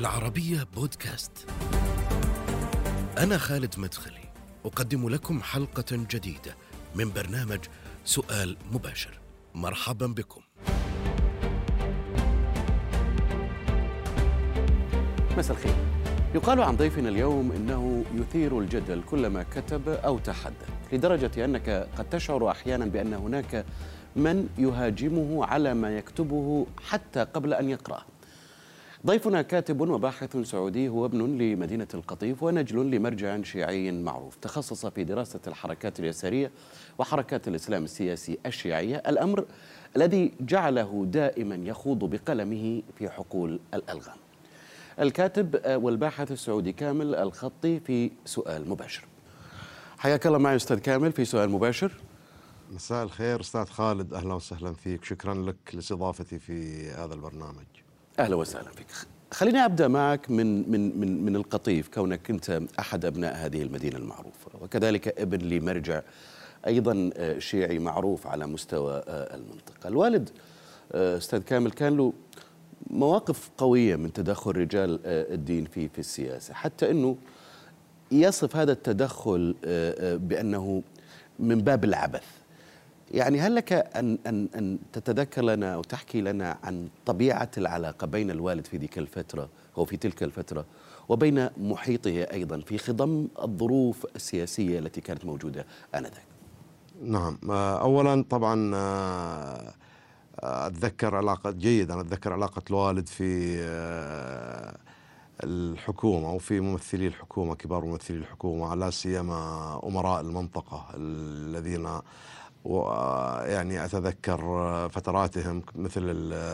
العربية بودكاست. أنا خالد مدخلي أقدم لكم حلقة جديدة من برنامج سؤال مباشر. مرحبا بكم. مساء الخير. يقال عن ضيفنا اليوم إنه يثير الجدل كلما كتب أو تحدث، لدرجة أنك قد تشعر أحيانا بأن هناك من يهاجمه على ما يكتبه حتى قبل أن يقرأه. ضيفنا كاتب وباحث سعودي، هو ابن لمدينة القطيف ونجل لمرجع شيعي معروف، تخصص في دراسة الحركات اليسارية وحركات الإسلام السياسي الشيعية، الأمر الذي جعله دائما يخوض بقلمه في حقول الألغام. الكاتب والباحث السعودي كامل الخطي في سؤال مباشر. حياك الله معي أستاذ كامل في سؤال مباشر. مساء الخير أستاذ خالد، أهلا وسهلا فيك، شكرا لك لاستضافتي في هذا البرنامج. أهلا وسهلا فيك. خليني أبدأ معك من القطيف، كونك أنت أحد أبناء هذه المدينة المعروفة، وكذلك ابن لمرجع أيضا شيعي معروف على مستوى المنطقة. الوالد أستاذ كامل كان له مواقف قوية من تدخل رجال الدين في السياسة، حتى أنه يصف هذا التدخل بأنه من باب العبث. يعني هل لك أن تتذكر لنا أو تحكي لنا عن طبيعة العلاقة بين الوالد في ذيك الفترة أو في تلك الفترة وبين محيطه أيضا في خضم الظروف السياسية التي كانت موجودة آنذاك؟ نعم، أولا طبعا أتذكر علاقة الوالد في الحكومة وفي ممثلي الحكومة، كبار ممثلي الحكومة، لا سيما أمراء المنطقة الذين يعني أتذكر فتراتهم، مثل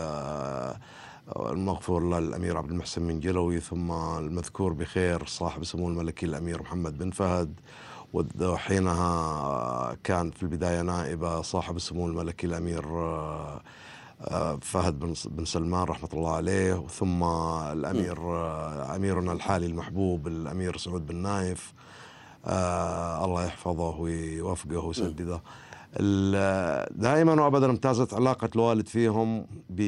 المغفور له الأمير عبد المحسن منجلوي، ثم المذكور بخير صاحب السمو الملكي الأمير محمد بن فهد، وحينها كان في البداية نائب صاحب السمو الملكي الأمير فهد بن سلمان رحمة الله عليه، ثم أميرنا الحالي المحبوب الأمير سعود بن نايف، الله يحفظه ويوفقه ويسدده. دائما وابدا امتازت علاقة الوالد فيهم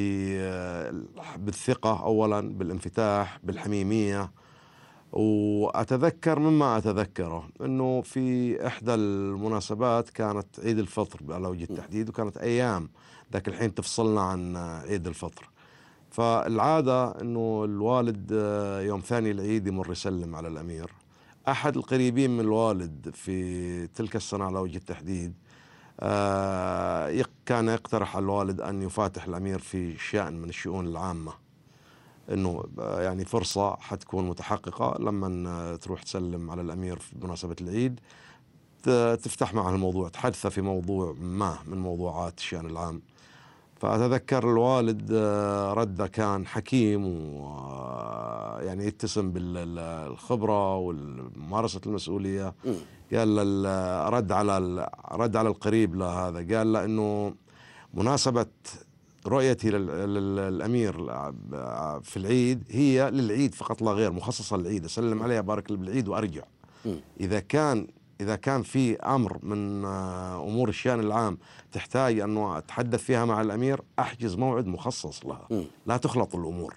بالثقة أولا، بالانفتاح، بالحميمية. وأتذكر مما أتذكره أنه في إحدى المناسبات كانت عيد الفطر على وجه التحديد، وكانت أيام ذاك الحين تفصلنا عن عيد الفطر، فالعادة أنه الوالد يوم ثاني العيد يمر يسلم على الأمير. أحد القريبين من الوالد في تلك السنة على وجه التحديد كان يقترح على الوالد أن يفاتح الأمير في شأن من الشؤون العامة، أنه يعني فرصة حتكون متحققة لما تروح تسلم على الأمير في مناسبة العيد، تفتح معه الموضوع، تحدثه في موضوع ما من موضوعات الشأن العام. فأتذكر الوالد رده كان حكيم، ويعني يتسم بالخبرة والممارسة المسؤولية. قال رد على القريب له هذا، قال له إنه مناسبة رؤيتي للأمير في العيد هي للعيد فقط لا غير، مخصصة للعيد، أسلم عليه أبارك له بالعيد وأرجع. إذا كان في أمر من أمور الشأن العام تحتاج أنه أتحدث فيها مع الأمير، أحجز موعد مخصص لها، لا تخلط الأمور.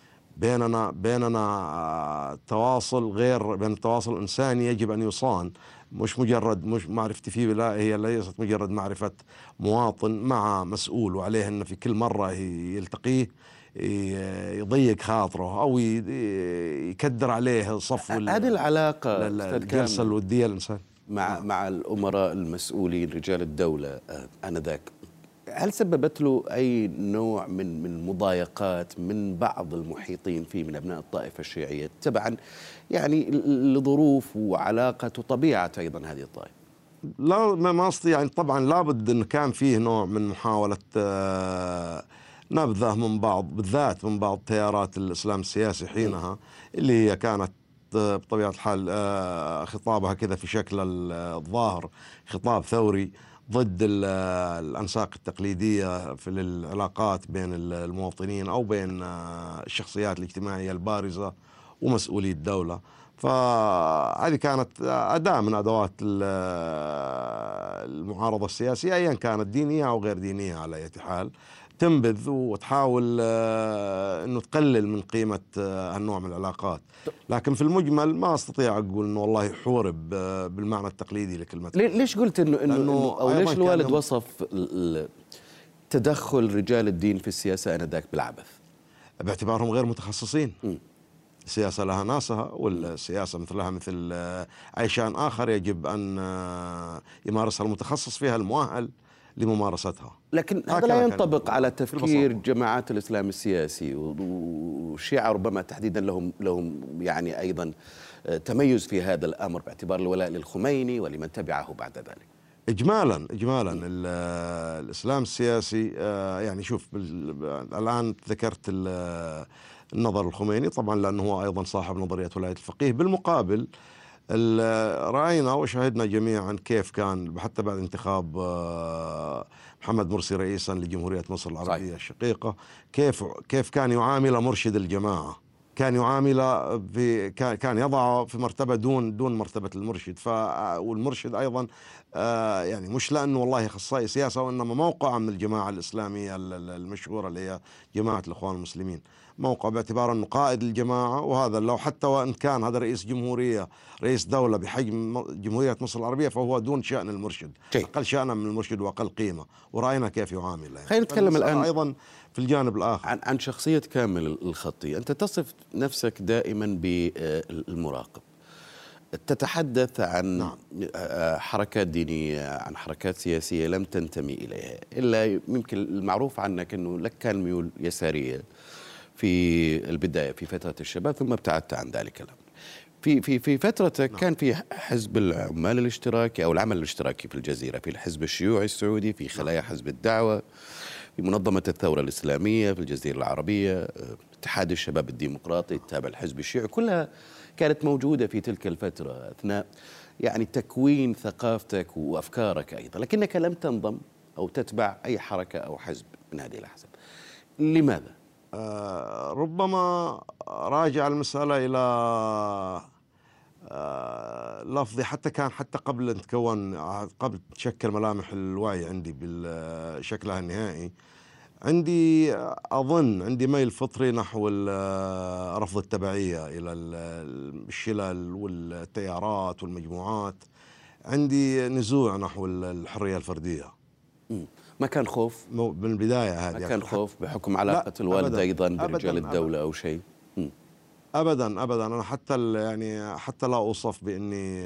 بيننا تواصل غير بين التواصل الإنساني يجب أن يصان، مش معرفتي فيه، لا، هي ليست مجرد معرفة مواطن مع مسؤول، وعليه أن في كل مرة يلتقيه يضيق خاطره أو يكدر عليه صف هذه العلاقة الجلسة الودية الإنسان مع الأمراء المسؤولين رجال الدولة آنذاك، هل سببت له أي نوع من المضايقات من بعض المحيطين فيه من أبناء الطائفة الشيعية تبعا يعني لظروف وعلاقة وطبيعة أيضا هذه الطائفة؟ لا، ما قصدي، يعني طبعا لابد أن كان فيه نوع من محاولة نبذة من بعض، بالذات من بعض تيارات الإسلام السياسي حينها، اللي هي كانت بطبيعة الحال خطابها كذا في شكل الظاهر خطاب ثوري ضد الأنساق التقليدية في العلاقات بين المواطنين أو بين الشخصيات الاجتماعية البارزة ومسؤولي الدولة. فهذه كانت أداة من أدوات المعارضة السياسية، أيا كانت دينية أو غير دينية على أي حال، تنبذ وتحاول أنه تقلل من قيمة هالنوع من العلاقات. لكن في المجمل ما أستطيع أقول أنه والله حورب بالمعنى التقليدي لكلمة. ليش قلت إنه أو ليش الوالد وصف تدخل رجال الدين في السياسة آنذاك بالعبث؟ باعتبارهم غير متخصصين. السياسة لها ناسها، والسياسة مثلها مثل أي شأن آخر يجب أن يمارسها المتخصص فيها المؤهل لممارستها. لكن هذا لا ينطبق على تفكير جماعات الإسلام السياسي، والشيعة ربما تحديدا لهم يعني أيضا تميز في هذا الأمر باعتبار الولاء للخميني ولمن تبعه بعد ذلك. إجمالا الإسلام السياسي يعني شوف الآن ذكرت النظر الخميني طبعا لأنه هو أيضا صاحب نظرية ولاية الفقيه. بالمقابل رأينا وشاهدنا جميعا كيف كان حتى بعد انتخاب محمد مرسي رئيسا لجمهورية مصر العربية الشقيقة كيف كان يعامل مرشد الجماعة، كان يعامل كان يضعه في مرتبة دون مرتبة المرشد. والمرشد أيضا يعني مش لأنه والله أخصائي سياسة، وإنما موقع من الجماعة الإسلامية المشهورة اللي هي جماعة الإخوان المسلمين، موقع باعتبار أنه قائد الجماعة. وهذا لو حتى وإن كان هذا رئيس جمهورية رئيس دولة بحجم جمهورية مصر العربية فهو دون شأن المرشد، أقل شأنا من المرشد وأقل قيمة، ورأينا كيف يعامل. يعني خلينا نتكلم الآن أيضا في الجانب الآخر عن شخصية كامل الخطي. أنت تصف نفسك دائما بالمراقب، تتحدث عن حركات دينية، عن حركات سياسية لم تنتمي إليها، إلا يمكن المعروف عنك أنه لك كان ميول يسارية في البداية في فترة الشباب، ثم ابتعدت عن ذلك الأمر. في فترتك كان في حزب العمال الاشتراكي أو العمل الاشتراكي في الجزيرة، في الحزب الشيوعي السعودي، في خلايا حزب الدعوة، في منظمة الثورة الإسلامية في الجزيرة العربية، اتحاد الشباب الديمقراطي التابع للحزب الشيوعي، كلها كانت موجودة في تلك الفترة أثناء يعني تكوين ثقافتك وأفكارك أيضا، لكنك لم تنضم أو تتبع أي حركة أو حزب من هذه الأحزاب. لماذا؟ ربما راجع المسألة إلى لفظي، حتى قبل أن تكون، قبل تشكل ملامح الوعي عندي بشكلها النهائي، عندي ميل فطري نحو رفض التبعية إلى الشلل والتيارات والمجموعات، عندي نزوع نحو الحرية الفردية. ما كان خوف من البداية؟ هذه ما كان خوف بحكم علاقة الوالد أيضا برجال الدولة أو شيء؟ أبدا أنا حتى لا أوصف بإني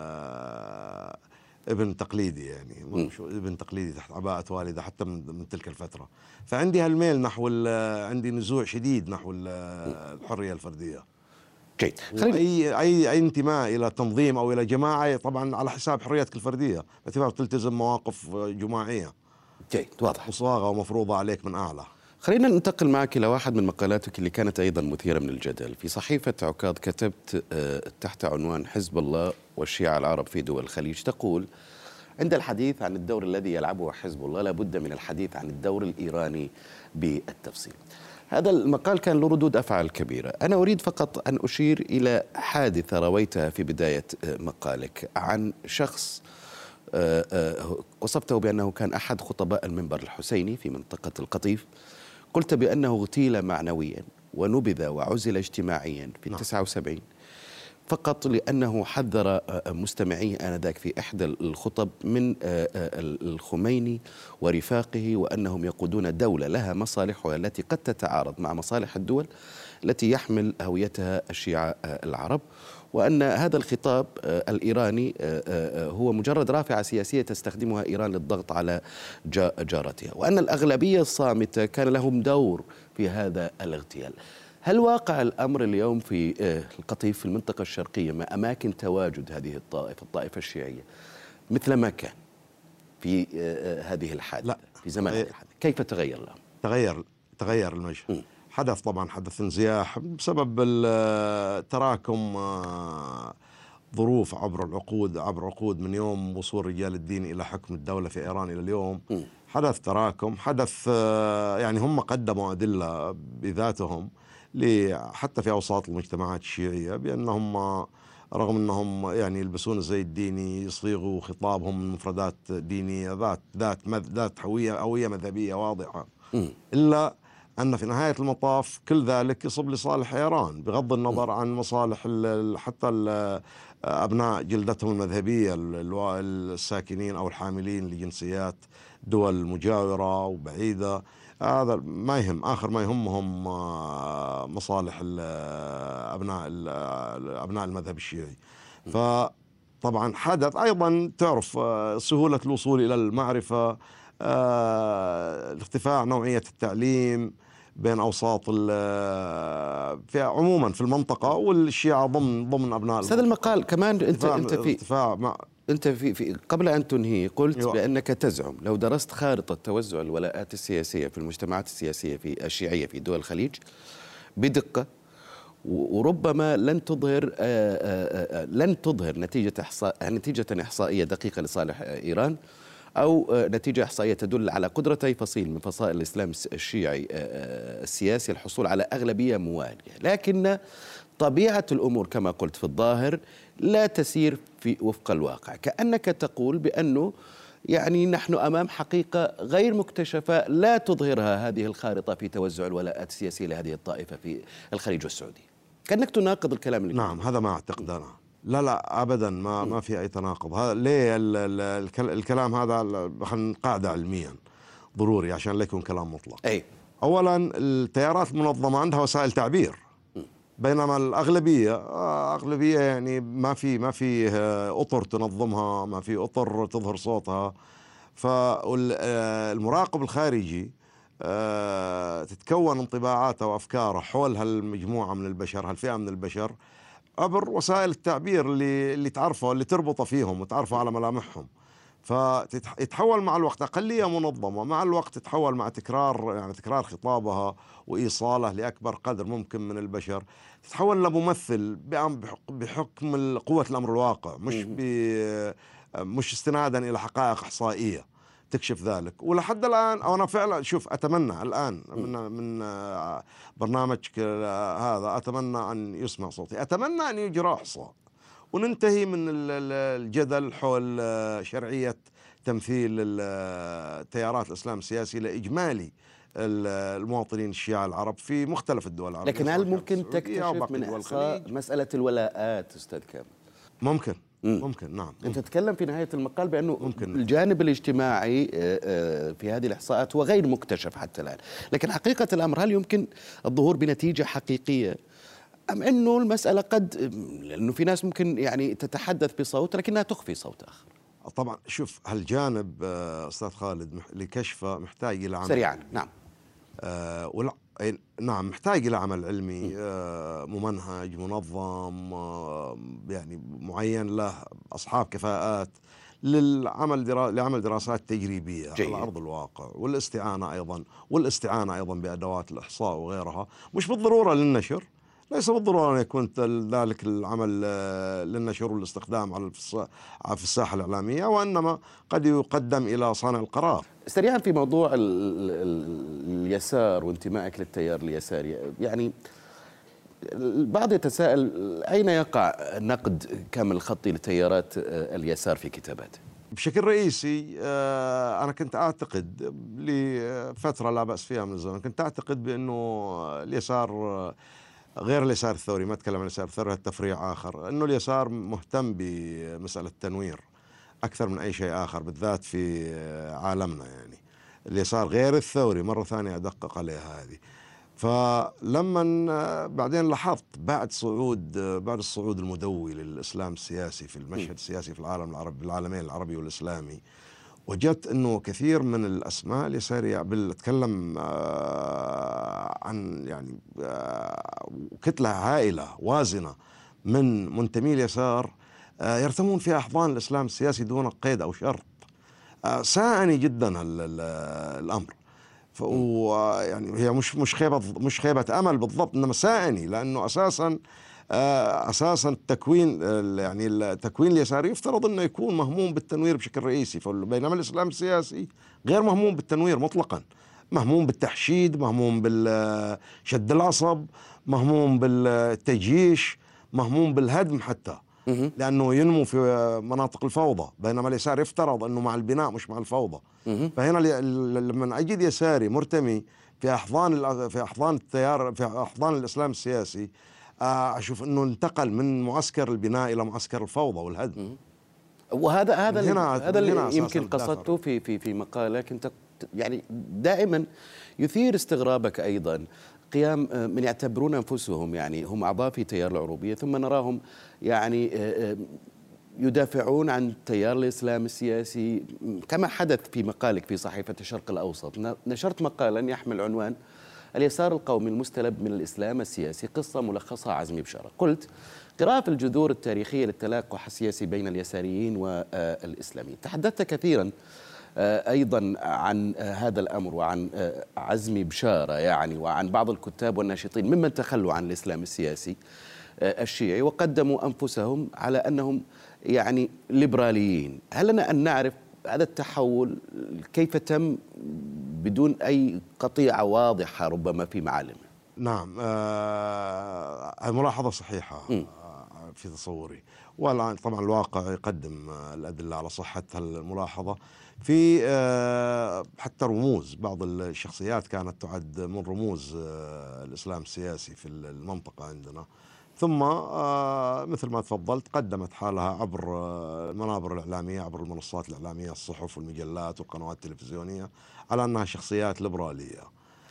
ابن تقليدي، يعني ابن تقليدي تحت عباءة والده حتى من تلك الفترة. فعندي هالميل نحو عندي نزوع شديد نحو الحرية الفردية. جيد. أي انتماء إلى تنظيم أو إلى جماعة طبعا على حساب حريتك الفردية، باعتبار تلتزم مواقف جماعية. جيد، واضح، مصاغة ومفروضة عليك من أعلى. خلينا ننتقل معك إلى واحد من مقالاتك اللي كانت أيضا مثيرة من الجدل. في صحيفة عكاظ كتبت تحت عنوان حزب الله والشيعة العرب في دول الخليج، تقول: عند الحديث عن الدور الذي يلعبه حزب الله لابد من الحديث عن الدور الإيراني بالتفصيل. هذا المقال كان له ردود أفعال كبيرة. أنا أريد فقط أن أشير إلى حادثة رويتها في بداية مقالك عن شخص وصفته بأنه كان أحد خطباء المنبر الحسيني في منطقة القطيف. قلت بأنه اغتيل معنويا ونبذ وعزل اجتماعيا في 79 فقط لأنه حذر مستمعيه آنذاك في إحدى الخطب من الخميني ورفاقه، وأنهم يقودون دولة لها مصالحها التي قد تتعارض مع مصالح الدول التي يحمل هويتها الشيعة العرب، وأن هذا الخطاب الإيراني هو مجرد رافعة سياسية تستخدمها إيران للضغط على جارتها، وأن الأغلبية الصامتة كان لهم دور في هذا الاغتيال. هل واقع الأمر اليوم في القطيف في المنطقة الشرقية مع أماكن تواجد هذه الطائفة الشيعية مثل ما كان في هذه الحادثة؟ لا، في زمان هذه الحادثة كيف تغير الأمر؟ تغير المشهد. حدث انزياح بسبب تراكم ظروف عبر عقود من يوم وصول رجال الدين إلى حكم الدولة في إيران إلى اليوم. حدث تراكم، يعني هم قدموا أدلة بذاتهم حتى في أوساط المجتمعات الشيعية بأنهم رغم أنهم يعني يلبسون الزي الديني، يصيغوا خطابهم من مفردات دينية ذات هوية مذهبية واضحة، إلا أن في نهاية المطاف كل ذلك يصب لصالح إيران، بغض النظر عن مصالح حتى أبناء جلدتهم المذهبية الساكنين أو الحاملين لجنسيات دول مجاورة وبعيدة. هذا ما يهم، آخر ما يهمهم مصالح أبناء المذهب الشيعي. فطبعا حدث أيضا تعرف سهولة الوصول إلى المعرفة، ارتفاع نوعية التعليم بين أوساط في عموما في المنطقة، والشيعة ضمن أبناء هذا المقال كمان أنت في قبل أن تنهي قلت بأنك تزعم لو درست خارطة توزع الولاءات السياسية في المجتمعات السياسية في الشيعية في دول الخليج بدقة، وربما لن تظهر نتيجة إحصائية دقيقة لصالح إيران، أو نتيجة إحصائية تدل على قدرتي فصيل من فصائل الإسلام الشيعي السياسي الحصول على أغلبية موالية، لكن طبيعة الأمور كما قلت في الظاهر لا تسير وفق الواقع. كأنك تقول بأنه يعني نحن أمام حقيقة غير مكتشفة لا تظهرها هذه الخارطة في توزع الولاءات السياسية لهذه الطائفة في الخليج والسعودية. كأنك تناقض الكلام اللي نعم، هذا ما أعتقد أنا. لا أبدا، ما في أي تناقض. هذا ليه الكلام هذا قاعدة علميا ضروري عشان لا يكون كلام مطلق. أولا التيارات المنظمة عندها وسائل تعبير، بينما أغلبية يعني ما في أطر تنظمها، ما في أطر تظهر صوتها. فالمراقب الخارجي تتكون انطباعاته وأفكاره حول هالمجموعة من البشر، هالفئة من البشر، عبر وسائل التعبير اللي تعرفه، اللي تربطه فيهم وتعرفه على ملامحهم. فيتحول مع الوقت أقلية منظمة، مع الوقت تتحول مع تكرار خطابها وإيصاله لأكبر قدر ممكن من البشر، تتحول لممثل بحكم قوة الأمر الواقع، مش استنادا إلى حقائق إحصائية تكشف ذلك. ولحد الآن أنا فعلا أتمنى الآن من برنامجك هذا، أتمنى أن يسمع صوتي، أتمنى أن يجرى إحصاء وننتهي من الجدل حول شرعية تمثيل التيارات الإسلام السياسي لإجمالي المواطنين الشيعة العرب في مختلف الدول العربية. لكن هل ممكن تكتشف من إحصاء مسألة الولاءات أستاذ كامل؟ ممكن نعم. أنت تتكلم في نهاية المقال بأنه الجانب الاجتماعي في هذه الإحصاءات هو غير مكتشف حتى الآن، لكن حقيقة الأمر هل يمكن الظهور بنتيجة حقيقية، أم أنه المسألة لأنه في ناس ممكن يعني تتحدث بصوت لكنها تخفي صوت آخر؟ طبعا هالجانب أستاذ خالد لكشفه محتاج إلى عمل سريعا. نعم. نعم، محتاج إلى عمل علمي ممنهج منظم، يعني معين له أصحاب كفاءات لعمل دراسات تجريبية على أرض الواقع، والاستعانة أيضا بأدوات الإحصاء وغيرها، مش بالضرورة للنشر، ليس بالضرورة أن يكون ذلك العمل للنشر والاستخدام في الساحة الإعلامية، وإنما قد يقدم إلى صانع القرار. سريعا في موضوع اليسار وانتمائك للتيار اليساري، يعني البعض يتساءل أين يقع نقد كامل خطي لتيارات اليسار في كتاباته؟ بشكل رئيسي أنا كنت أعتقد لفترة لا بأس فيها من الزمن، كنت أعتقد بأنه اليسار غير اليسار الثوري، ما أتكلم عن اليسار الثوري، التفريع آخر، أنه اليسار مهتم بمسألة التنوير أكثر من أي شيء آخر، بالذات في عالمنا. يعني اليسار غير الثوري، مرة ثانية أدقق عليها هذه. فلما بعدين لاحظت بعد الصعود المدوي للإسلام السياسي في المشهد السياسي في العالم العربي، بالعالمين العربي والإسلامي، وجدت أنه كثير من الأسماء اليسارية، بتكلم عن يعني كتلة هائلة وازنة من منتمي اليسار يرتمون في أحضان الإسلام السياسي دون قيد أو شرط. ساءني جدا الأمر، يعني هي مش خيبة أمل بالضبط، إنما ساءني، لأنه أساسا التكوين، يعني التكوين اليساري يفترض أنه يكون مهموم بالتنوير بشكل رئيسي، بينما الإسلام السياسي غير مهموم بالتنوير مطلقا، مهموم بالتحشيد، مهموم بالشد العصب، مهموم بالتجيش، مهموم بالهدم حتى. لأنه ينمو في مناطق الفوضى، بينما اليسار يفترض أنه مع البناء مش مع الفوضى. فهنا لما أجد يساري مرتمي في أحضان التيار، في أحضان الإسلام السياسي، أشوف أنه انتقل من معسكر البناء إلى معسكر الفوضى والهدم. وهذا اللي يمكن قصدته في مقالك أنت، يعني دائما يثير استغرابك أيضا قيام من يعتبرون أنفسهم يعني هم أعضاء في تيار العروبية، ثم نراهم يعني يدافعون عن تيار الإسلام السياسي، كما حدث في مقالك في صحيفة الشرق الأوسط. نشرت مقالا يحمل عنوان اليسار القومي المستلب من الإسلام السياسي، قصة ملخصها عزمي بشارة. قلت: قراءة الجذور التاريخية للتلاقح السياسي بين اليساريين والإسلاميين. تحدثت كثيرا أيضا عن هذا الأمر وعن عزمي بشارة يعني، وعن بعض الكتاب والناشطين ممن تخلوا عن الإسلام السياسي الشيعي وقدموا أنفسهم على أنهم يعني ليبراليين. هل لنا أن نعرف هذا التحول كيف تم بدون أي قطيعة واضحة ربما في معالمه؟ نعم، الملاحظة صحيحة في تصوري، والآن طبعا الواقع يقدم الأدلة على صحة الملاحظة. في حتى رموز بعض الشخصيات كانت تعد من رموز الإسلام السياسي في المنطقة عندنا، ثم مثل ما تفضلت قدمت حالها عبر المنابر الإعلامية، عبر المنصات الإعلامية، الصحف والمجلات والقنوات التلفزيونية، على أنها شخصيات ليبرالية.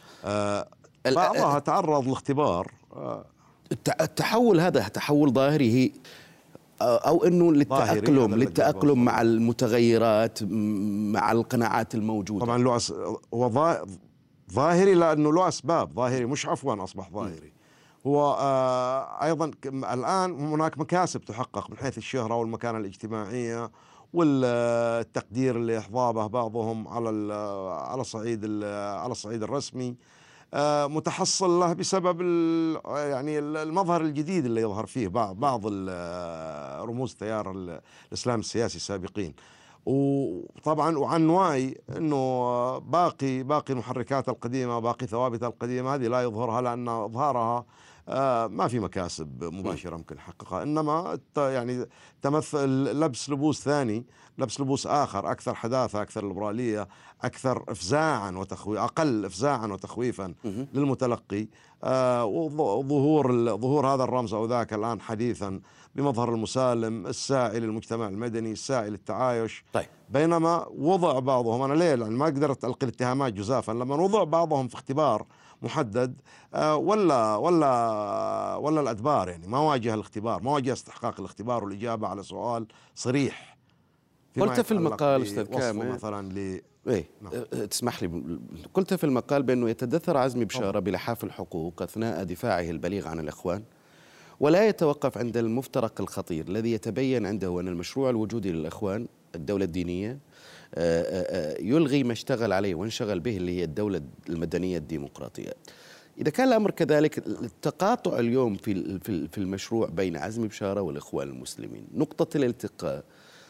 بعضها تعرض لاختبار. التحول هذا تحول ظاهري أو أنه للتأقلم مع المتغيرات، مع القناعات الموجودة؟ طبعا هو ظاهري لأنه له أسباب. ظاهري مش عفوا أصبح ظاهري. هو أيضا الآن هناك مكاسب تحقق من حيث الشهرة والمكانة الاجتماعية والتقدير اللي يحظى به بعضهم على الصعيد الرسمي، متحصل له بسبب يعني المظهر الجديد اللي يظهر فيه بعض رموز تيار الإسلام السياسي السابقين. وطبعا وعن وعي انه باقي المحركات القديمه، باقي ثوابت القديمه، هذه لا يظهرها لان اظهارها ما في مكاسب مباشره ممكن يحققها، انما يعني تمثل لبوس ثاني، لبس لبوس اخر، اكثر حداثه، اكثر ليبراليه، اكثر افزاعا اقل افزاعا وتخويفا للمتلقي. ظهور هذا الرمز او ذاك الان حديثا بمظهر المسالم الساعي للمجتمع المدني، الساعي للتعايش. طيب. بينما وضع بعضهم، أنا ليه؟ لأن ما قدرت ألقي الاتهامات جزافا، لما وضع بعضهم في اختبار محدد ولا الأدبار، يعني ما واجه الاختبار، ما واجه استحقاق الاختبار والإجابة على سؤال صريح. قلت في المقال أستاذ كامل مثلا تسمح لي، قلت في المقال بأنه يتدثر عزمي بشارة بلحاف الحقوق أثناء دفاعه البليغ عن الإخوان، ولا يتوقف عند المفترق الخطير الذي يتبين عنده أن المشروع الوجودي للإخوان، الدولة الدينية، يلغي ما اشتغل عليه وانشغل به اللي هي الدولة المدنية الديمقراطية. إذا كان الأمر كذلك، التقاطع اليوم في المشروع بين عزمي بشارة والإخوان المسلمين، نقطة الالتقاء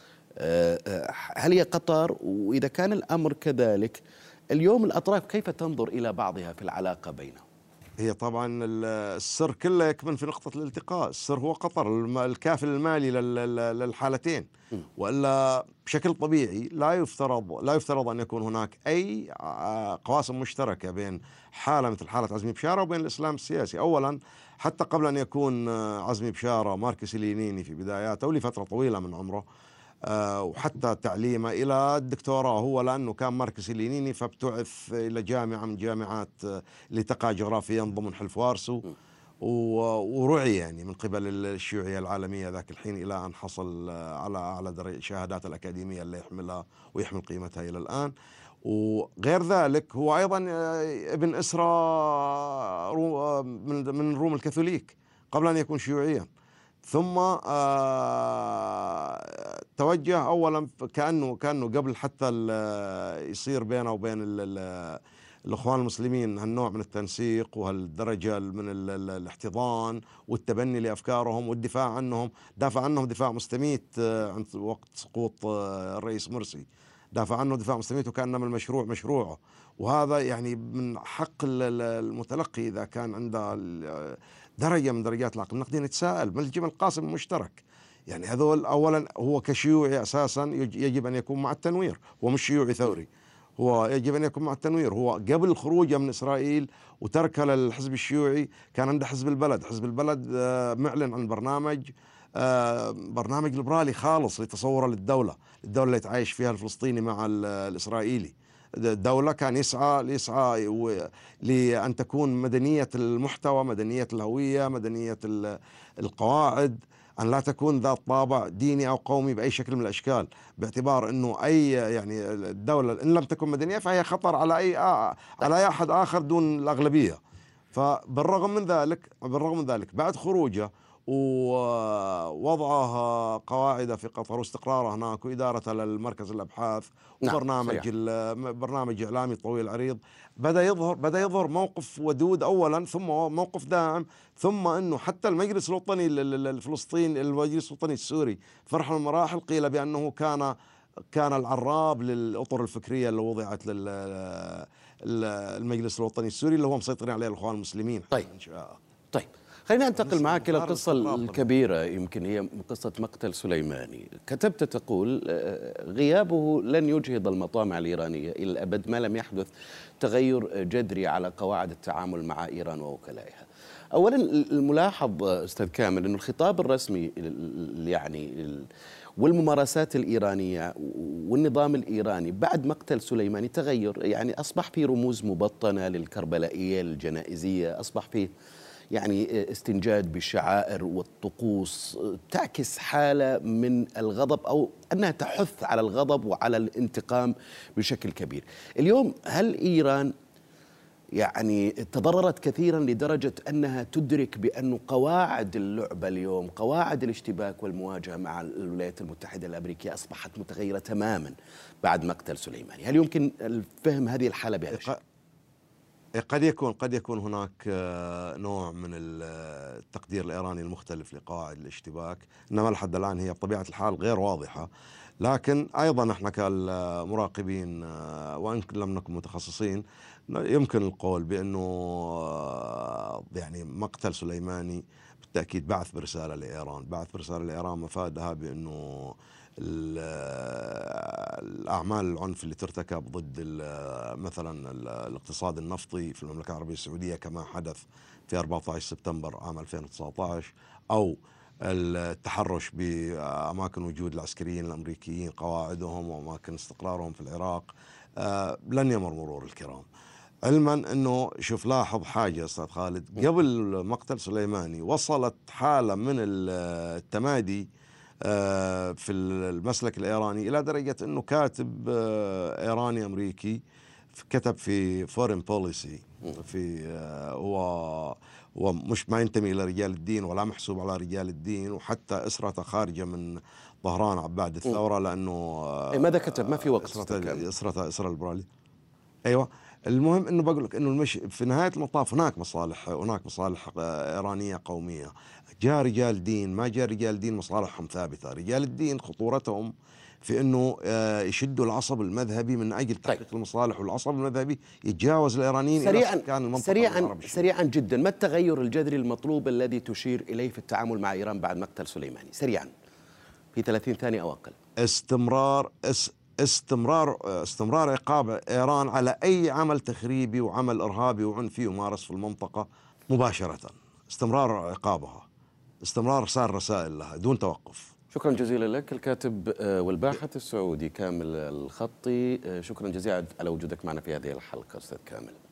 هل هي قطر؟ وإذا كان الأمر كذلك، اليوم الأطراف كيف تنظر إلى بعضها في العلاقة بينهم؟ هي طبعا السر كله يكمن في نقطة الالتقاء. السر هو قطر، الكافل المالي للحالتين، وإلا بشكل طبيعي لا يفترض أن يكون هناك أي قواسم مشتركة بين حالة مثل حالة عزمي بشارة وبين الإسلام السياسي. أولا، حتى قبل أن يكون عزمي بشارة ماركسي لينيني في بداياته ولفترة طويلة من عمره، وحتى تعليمه إلى الدكتوراه، هو لأنه كان ماركسي لينيني فابتعث إلى جامعة من جامعات اللي تقع جغرافيا ضمن حلف وارسو، ورعي يعني من قبل الشيوعية العالمية ذاك الحين، إلى أن حصل على أعلى شهادات الأكاديمية اللي يحملها ويحمل قيمتها إلى الآن. وغير ذلك هو أيضا ابن أسرى من روم الكاثوليك قبل أن يكون شيوعيا، ثم توجه أولا كأنه قبل حتى يصير بينه وبين الإخوان المسلمين هالنوع من التنسيق وهالدرجة من الاحتضان والتبني لأفكارهم والدفاع عنهم. دافع عنهم دفاع مستميت عند وقت سقوط الرئيس مرسي، دافع عنه دفاع مستميت وكأنما المشروع مشروعه. وهذا يعني من حق المتلقي إذا كان عنده درجة من درجات العقل النقدي نتساءل ما الجمل القاسم المشترك. يعني هذول أولا هو كشيوعي أساسا يجب أن يكون مع التنوير، هو مش شيوعي ثوري، هو يجب أن يكون مع التنوير. هو قبل خروجه من إسرائيل وتركه للحزب الشيوعي كان عنده حزب البلد. حزب البلد معلن عن برنامج ليبرالي خالص لتصوره للدولة اللي يتعايش فيها الفلسطيني مع الإسرائيلي. الدولة كان يسعى لأن تكون مدنية المحتوى، مدنية الهوية، مدنية القواعد، أن لا تكون ذات طابع ديني أو قومي بأي شكل من الأشكال، باعتبار أنه أي يعني الدولة إن لم تكن مدنية فهي خطر على أي أحد آخر دون الأغلبية. فبالرغم من ذلك بعد خروجه ووضعه قواعد في قطر واستقراره هناك وإدارته للمركز الأبحاث برنامج إعلامي طويل عريض، بدأ يظهر موقف ودود أولا، ثم موقف داعم، ثم أنه حتى المجلس الوطني الفلسطيني، المجلس الوطني السوري في مرحلة من المراحل قيل بأنه كان العراب للأطر الفكرية اللي وضعت للمجلس الوطني السوري اللي هو مسيطرين عليه الإخوان المسلمين. طيب خلينا ننتقل معك إلى القصة الكبيرة، يمكن هي قصة مقتل سليماني. كتبت تقول غيابه لن يجهض المطامع الإيرانية إلى الأبد ما لم يحدث تغير جذري على قواعد التعامل مع إيران ووكلائها. أولا الملاحظ أستاذ كامل أنه الخطاب الرسمي يعني والممارسات الإيرانية والنظام الإيراني بعد مقتل سليماني تغير، يعني أصبح في رموز مبطنة للكربلائية الجنائزية، أصبح فيه يعني استنجاد بالشعائر والطقوس تعكس حالة من الغضب أو أنها تحث على الغضب وعلى الانتقام بشكل كبير. اليوم هل إيران يعني تضررت كثيرا لدرجة أنها تدرك بأن قواعد اللعبة اليوم، قواعد الاشتباك والمواجهة مع الولايات المتحدة الأمريكية أصبحت متغيرة تماما بعد مقتل سليماني؟ هل يمكن الفهم هذه الحالة بهذا الشكل؟ قد يكون هناك نوع من التقدير الإيراني المختلف لقواعد الاشتباك، إنما لحد الآن هي بطبيعة الحال غير واضحة. لكن أيضا احنا كالمراقبين وإن لم نكن متخصصين يمكن القول بأنه يعني مقتل سليماني بالتأكيد بعث برسالة لإيران مفادها بأنه الأعمال العنف اللي ترتكب ضد مثلا الاقتصاد النفطي في المملكة العربية السعودية كما حدث في 14 سبتمبر عام 2019، أو التحرش بأماكن وجود العسكريين الأمريكيين قواعدهم وأماكن استقرارهم في العراق، لن يمر مرور الكرام. علما أنه شوف لاحظ حاجة أستاذ خالد، قبل مقتل سليماني وصلت حالة من التمادي في المسلك الإيراني إلى درجة أنه كاتب إيراني أمريكي كتب في فورين بوليسي هو مش ما ينتمي إلى رجال الدين ولا محسوب على رجال الدين، وحتى أسرته خارجة من طهران بعد الثورة لأنه ماذا كتب؟ ما في وقت. أسرة الليبرالية. أيوة، المهم انه بقول لك انه في نهايه المطاف هناك مصالح ايرانيه قوميه. جاء رجال دين ما جاء رجال دين مصالحهم ثابته. رجال الدين خطورتهم في انه يشدوا العصب المذهبي من اجل تحقيق المصالح، والعصب المذهبي يتجاوز الايرانيين سريعا جدا. ما التغير الجذري المطلوب الذي تشير اليه في التعامل مع ايران بعد مقتل سليماني؟ سريعا في 30 ثانيه او اقل. استمرار عقاب إيران على أي عمل تخريبي وعمل إرهابي وعنفي يمارس في المنطقة مباشرة، استمرار عقابها، استمرار إرسال رسائل لها دون توقف. شكرا جزيلا لك الكاتب والباحث السعودي كامل الخطي، شكرا جزيلا على وجودك معنا في هذه الحلقة أستاذ كامل.